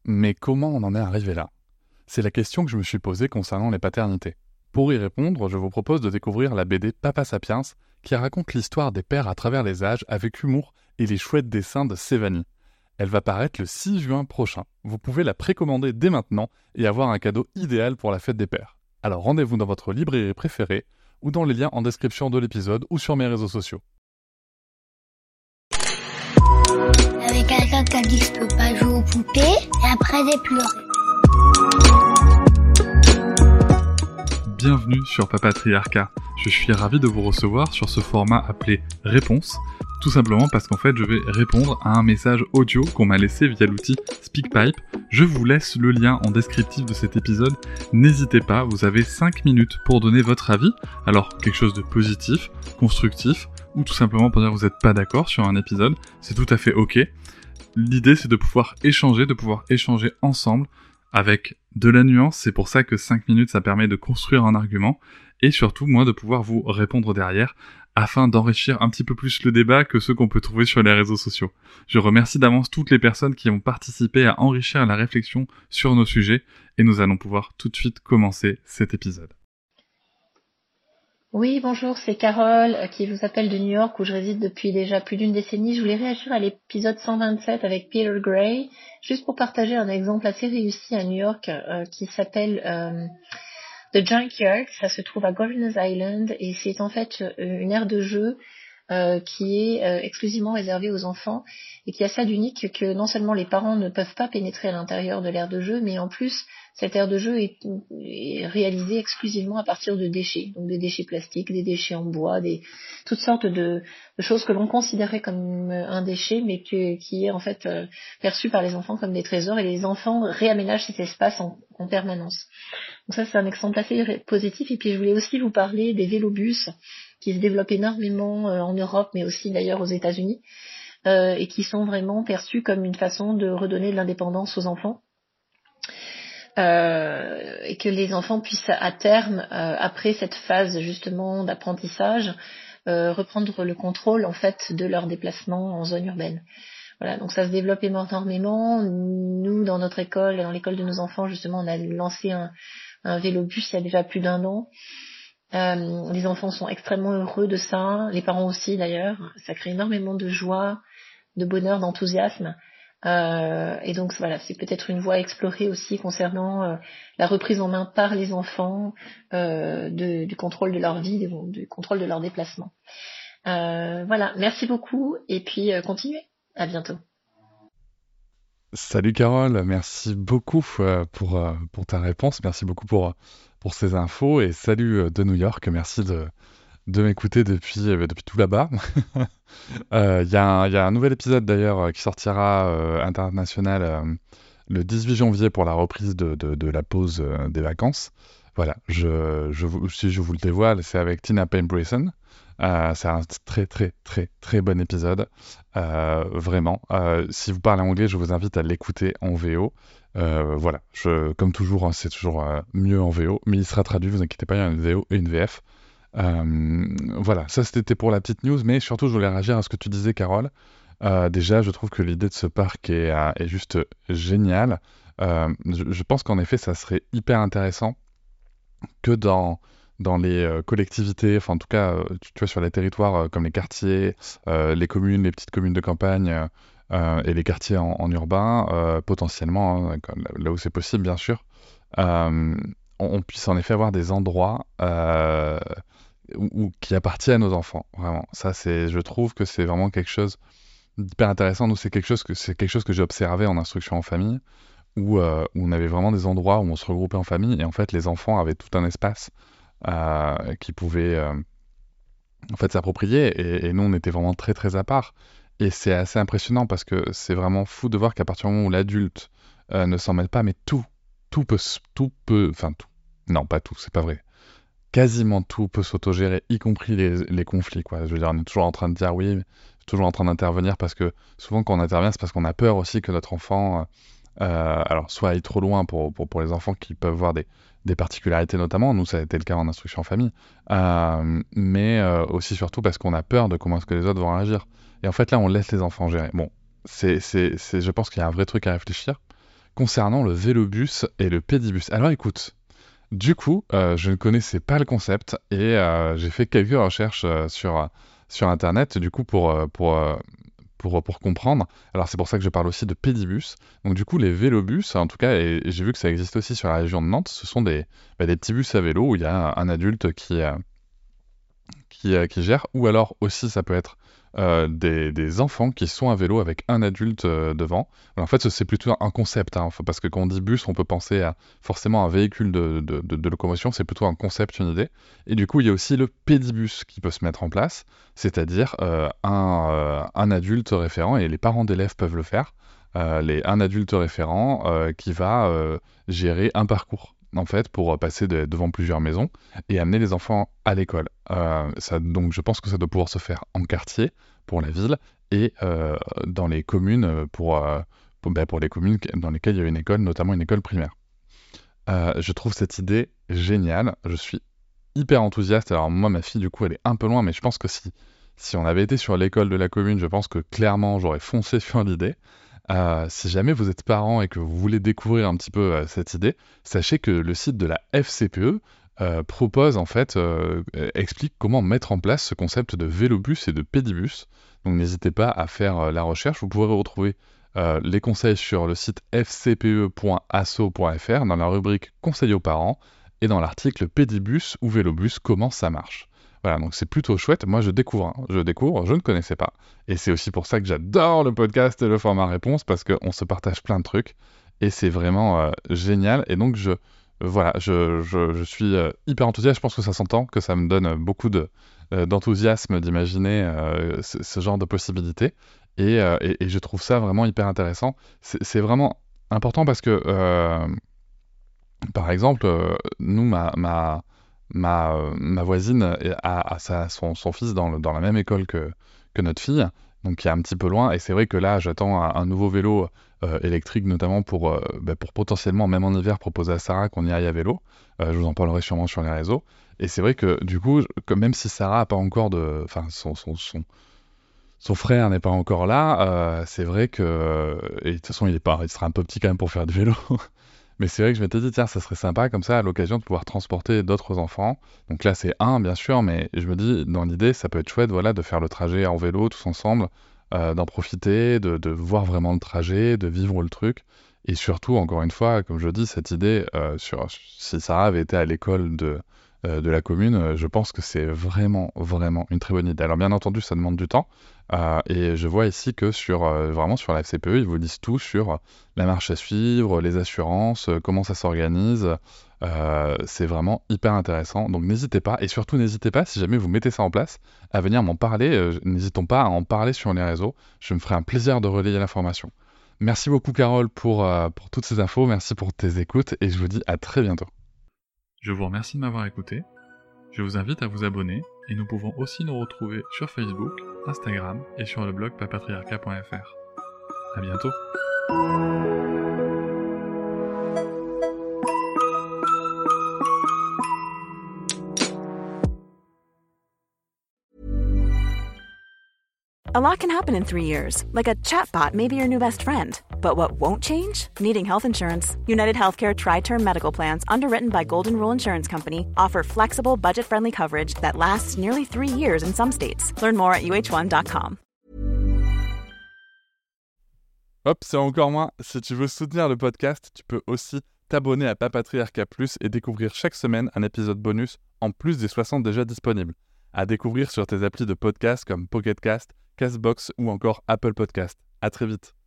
Mais comment on en est arrivé là? C'est la question que je me suis posée concernant les paternités. Pour y répondre, je vous propose de découvrir la BD Papa Sapiens, qui raconte l'histoire des pères à travers les âges avec humour et les chouettes dessins de Sévanie. Elle va paraître le 6 juin prochain. Vous pouvez la précommander dès maintenant et avoir un cadeau idéal pour la fête des pères. Alors rendez-vous dans votre librairie préférée ou dans les liens en description de l'épisode ou sur mes réseaux sociaux. Avec quelqu'un qui a dit que je peux pas jouer aux poupées, et après j'ai pleuré. Bienvenue sur Papatriarcat. Je suis ravi de vous recevoir sur ce format appelé Réponse, tout simplement parce qu'en fait je vais répondre à un message audio qu'on m'a laissé via l'outil SpeakPipe. Je vous laisse le lien en descriptif de cet épisode. N'hésitez pas, vous avez 5 minutes pour donner votre avis. Alors quelque chose de positif, constructif, ou tout simplement pour dire que vous n'êtes pas d'accord sur un épisode, c'est tout à fait ok. L'idée c'est de pouvoir échanger ensemble avec de la nuance. C'est pour ça que 5 minutes ça permet de construire un argument et surtout moi de pouvoir vous répondre derrière afin d'enrichir un petit peu plus le débat que ceux qu'on peut trouver sur les réseaux sociaux. Je remercie d'avance toutes les personnes qui ont participé à enrichir la réflexion sur nos sujets et nous allons pouvoir tout de suite commencer cet épisode. Oui, bonjour, c'est Carole qui vous appelle de New York où je réside depuis déjà plus d'une décennie. Je voulais réagir à l'épisode 127 avec Peter Gray, juste pour partager un exemple assez réussi à New York qui s'appelle The Junkyard. Ça se trouve à Governor's Island et c'est en fait une aire de jeu qui est exclusivement réservée aux enfants et qui a ça d'unique que non seulement les parents ne peuvent pas pénétrer à l'intérieur de l'aire de jeu, mais en plus cette aire de jeu est réalisée exclusivement à partir de déchets, donc des déchets plastiques, des déchets en bois, toutes sortes de choses que l'on considérait comme un déchet, mais qui est en fait perçu par les enfants comme des trésors, et les enfants réaménagent cet espace en permanence. Donc ça c'est un exemple assez positif. Et puis je voulais aussi vous parler des vélobus qui se développent énormément en Europe, mais aussi d'ailleurs aux États-Unis, et qui sont vraiment perçus comme une façon de redonner de l'indépendance aux enfants. Et que les enfants puissent à terme, après cette phase justement d'apprentissage, reprendre le contrôle en fait de leur déplacement en zone urbaine. Voilà, donc ça se développe énormément. Nous, dans notre école, dans l'école de nos enfants, justement, on a lancé un vélobus il y a déjà plus d'1 an. Les enfants sont extrêmement heureux de ça, les parents aussi d'ailleurs. Ça crée énormément de joie, de bonheur, d'enthousiasme. Et donc voilà, c'est peut-être une voie à explorer aussi concernant la reprise en main par les enfants du contrôle de leur vie, du contrôle de leur déplacement. Voilà, merci beaucoup et puis continuez. À bientôt. Salut Carole, merci beaucoup pour ta réponse, merci beaucoup pour ces infos et salut de New York, merci de m'écouter depuis tout là-bas. Il y a un nouvel épisode d'ailleurs qui sortira international le 18 janvier pour la reprise de la pause des vacances. Voilà, si je vous le dévoile, c'est avec Tina Payne Bryson. C'est un très très très très bon épisode, vraiment. Si vous parlez anglais, je vous invite à l'écouter en VO. Voilà, comme toujours, hein, c'est toujours mieux en VO, mais il sera traduit, vous inquiétez pas, il y a une VO et une VF. Voilà, ça c'était pour la petite news, mais surtout je voulais réagir à ce que tu disais, Carole. Déjà, je trouve que l'idée de ce parc est juste géniale. Je pense qu'en effet, ça serait hyper intéressant que dans les collectivités, enfin en tout cas, tu vois, sur les territoires comme les quartiers, les communes, les petites communes de campagne et les quartiers en urbain, potentiellement, hein, là où c'est possible, bien sûr, on puisse en effet avoir des endroits qui appartiennent aux enfants, vraiment. Ça, je trouve que c'est vraiment quelque chose d'hyper intéressant. Nous, c'est quelque chose que j'ai observé en instruction en famille, où on avait vraiment des endroits où on se regroupait en famille, et en fait, les enfants avaient tout un espace qu'ils pouvaient en fait s'approprier, et nous, on était vraiment très très à part. Et c'est assez impressionnant parce que c'est vraiment fou de voir qu'à partir du moment où l'adulte ne s'en mêle pas, mais enfin tout. Non, pas tout, c'est pas vrai. Quasiment tout peut s'autogérer, y compris les conflits, quoi. Je veux dire, on est toujours en train de dire oui, toujours en train d'intervenir, parce que souvent quand on intervient, c'est parce qu'on a peur aussi que notre enfant, alors soit aille trop loin pour les enfants qui peuvent voir des particularités notamment. Nous, ça a été le cas en instruction en famille, mais aussi surtout parce qu'on a peur de comment est-ce que les autres vont réagir. Et en fait, là, on laisse les enfants gérer. Bon, je pense qu'il y a un vrai truc à réfléchir, concernant le vélobus et le pédibus. Alors écoute, du coup, je ne connaissais pas le concept et j'ai fait quelques recherches sur Internet, du coup, pour comprendre. Alors c'est pour ça que je parle aussi de pédibus. Donc du coup, les vélobus, en tout cas, et j'ai vu que ça existe aussi sur la région de Nantes, ce sont des petits bus à vélo où il y a un adulte qui gère, ou alors aussi ça peut être des enfants qui sont à vélo avec un adulte devant. Alors, en fait, c'est plutôt un concept, hein, parce que quand on dit bus, on peut penser à forcément un véhicule de locomotion, c'est plutôt un concept, une idée. Et du coup, il y a aussi le pédibus qui peut se mettre en place, c'est-à-dire un adulte référent, et les parents d'élèves peuvent le faire, un adulte référent qui va gérer un parcours, en fait, pour passer devant plusieurs maisons et amener les enfants à l'école. Donc je pense que ça doit pouvoir se faire en quartier, pour la ville, et dans les communes, pour les communes dans lesquelles il y a une école, notamment une école primaire. Je trouve cette idée géniale, je suis hyper enthousiaste. Alors moi, ma fille, du coup, elle est un peu loin, mais je pense que si on avait été sur l'école de la commune, je pense que clairement, j'aurais foncé sur l'idée. Si jamais vous êtes parent et que vous voulez découvrir un petit peu cette idée, sachez que le site de la FCPE propose, en fait, explique comment mettre en place ce concept de vélobus et de pédibus. Donc n'hésitez pas à faire la recherche. Vous pourrez retrouver les conseils sur le site fcpe.asso.fr dans la rubrique Conseils aux parents et dans l'article Pédibus ou Vélobus, comment ça marche. Voilà, donc c'est plutôt chouette. Moi, je découvre, je ne connaissais pas. Et c'est aussi pour ça que j'adore le podcast et le format réponse, parce qu'on se partage plein de trucs et c'est vraiment génial. Et donc, voilà, je suis hyper enthousiaste. Je pense que ça s'entend, que ça me donne beaucoup d'enthousiasme d'imaginer ce genre de possibilités. Et je trouve ça vraiment hyper intéressant. C'est vraiment important parce que, par exemple, nous, ma voisine a son fils dans la même école que notre fille, donc qui est un petit peu loin. Et c'est vrai que là, j'attends un nouveau vélo électrique, notamment pour potentiellement, même en hiver, proposer à Sarah qu'on y aille à vélo. Je vous en parlerai sûrement sur les réseaux. Et c'est vrai que du coup, même si Sarah n'a pas encore enfin, son frère n'est pas encore là, c'est vrai que... Et de toute façon, il sera un peu petit quand même pour faire du vélo. Mais c'est vrai que je m'étais dit, tiens, ça serait sympa comme ça, à l'occasion de pouvoir transporter d'autres enfants. Donc là, c'est un, bien sûr, mais je me dis, dans l'idée, ça peut être chouette, voilà, de faire le trajet en vélo tous ensemble, d'en profiter, de voir vraiment le trajet, de vivre le truc. Et surtout, encore une fois, comme je dis, cette idée, si Sarah avait été à l'école de la commune, je pense que c'est vraiment, vraiment une très bonne idée. Alors bien entendu, ça demande du temps. Et je vois ici que vraiment sur la FCPE, ils vous disent tout sur la marche à suivre, les assurances, comment ça s'organise. C'est vraiment hyper intéressant. Donc n'hésitez pas, et surtout n'hésitez pas, si jamais vous mettez ça en place, à venir m'en parler. N'hésitons pas à en parler sur les réseaux. Je me ferai un plaisir de relayer l'information. Merci beaucoup Carole pour toutes ces infos, merci pour tes écoutes, et je vous dis à très bientôt. Je vous remercie de m'avoir écouté. Je vous invite à vous abonner, et nous pouvons aussi nous retrouver sur Facebook, Instagram et sur le blog papatriarca.fr. À bientôt. A lot can happen in 3 years, like a chatbot may be your new best friend. But what won't change? Needing health insurance. United Healthcare Tri-Term Medical Plans, underwritten by Golden Rule Insurance Company, offer flexible, budget-friendly coverage that lasts nearly 3 years in some states. Learn more at uh1.com. Hop, c'est encore moins. Si tu veux soutenir le podcast, tu peux aussi t'abonner à Papatriarca Plus et découvrir chaque semaine un épisode bonus en plus des 60 déjà disponibles. À découvrir sur tes applis de podcast comme Pocket Cast, Castbox ou encore Apple Podcast. À très vite.